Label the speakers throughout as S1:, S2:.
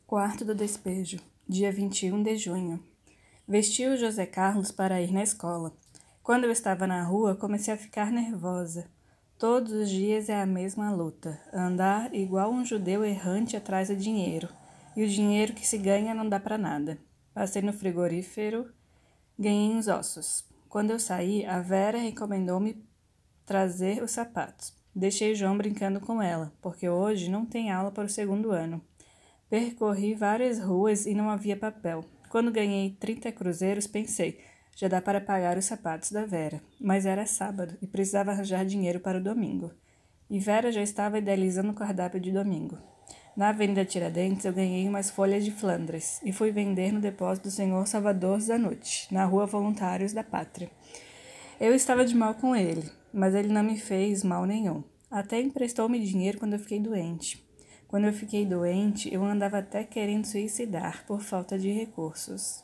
S1: Quarto do despejo, dia 21 de junho. Vesti o José Carlos para ir na escola. Quando eu estava na rua, comecei a ficar nervosa. Todos os dias é a mesma luta, andar igual um judeu errante atrás do dinheiro. E o dinheiro que se ganha não dá para nada. Passei no frigorífero, ganhei uns ossos. Quando eu saí, a Vera recomendou-me trazer os sapatos. Deixei João brincando com ela, porque hoje não tem aula para o segundo ano. Percorri várias ruas e não havia papel. Quando ganhei 30 cruzeiros, pensei, já dá para pagar os sapatos da Vera. Mas era sábado e precisava arranjar dinheiro para o domingo. E Vera já estava idealizando o cardápio de domingo. Na Avenida Tiradentes, eu ganhei umas folhas de Flandres e fui vender no depósito do Senhor Salvador Zanutti, na Rua Voluntários da Pátria. Eu estava de mal com ele, mas ele não me fez mal nenhum. Até emprestou-me dinheiro quando eu fiquei doente. Quando eu fiquei doente, eu andava até querendo suicidar por falta de recursos.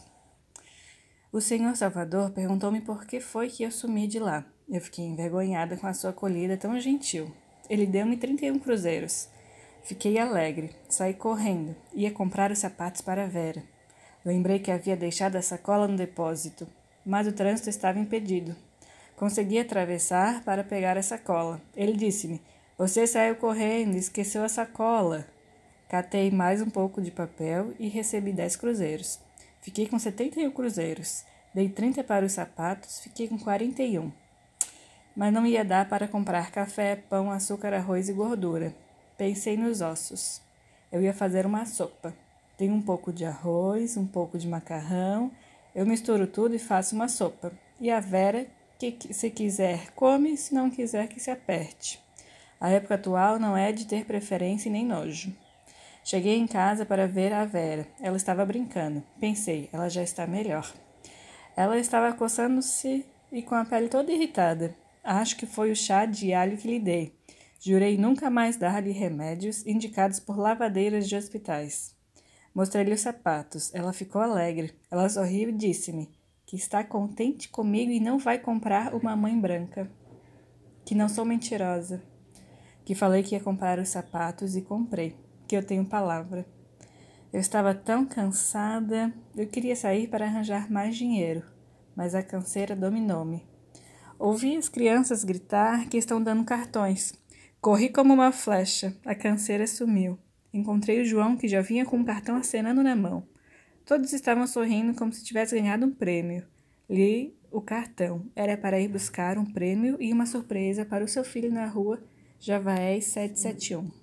S1: O senhor Salvador perguntou-me por que foi que eu sumi de lá. Eu fiquei envergonhada com a sua acolhida tão gentil. Ele deu-me 31 cruzeiros. Fiquei alegre, saí correndo, ia comprar os sapatos para a Vera. Lembrei que havia deixado a sacola no depósito, mas o trânsito estava impedido. Consegui atravessar para pegar a sacola. Ele disse-me, você saiu correndo e esqueceu a sacola. Catei mais um pouco de papel e recebi 10 cruzeiros. Fiquei com 71 cruzeiros. Dei 30 para os sapatos, fiquei com 41. Mas não ia dar para comprar café, pão, açúcar, arroz e gordura. Pensei nos ossos. Eu ia fazer uma sopa. Tenho um pouco de arroz, um pouco de macarrão. Eu misturo tudo e faço uma sopa. E a Vera, que se quiser come, se não quiser que se aperte. A época atual não é de ter preferência nem nojo. Cheguei em casa para ver a Vera. Ela estava brincando. Pensei, ela já está melhor. Ela estava coçando-se e com a pele toda irritada. Acho que foi o chá de alho que lhe dei. Jurei nunca mais dar-lhe remédios indicados por lavadeiras de hospitais. Mostrei-lhe os sapatos. Ela ficou alegre. Ela sorriu e disse-me que está contente comigo e não vai comprar uma mãe branca. Que não sou mentirosa. Que falei que ia comprar os sapatos e comprei. Que eu tenho palavra. Eu estava tão cansada, eu queria sair para arranjar mais dinheiro, mas a canseira dominou-me. Ouvi as crianças gritar que estão dando cartões. Corri como uma flecha, a canseira sumiu. Encontrei o João, que já vinha com um cartão acenando na mão. Todos estavam sorrindo como se tivesse ganhado um prêmio. Li o cartão. Era para ir buscar um prêmio e uma surpresa para o seu filho na rua Javaés 771.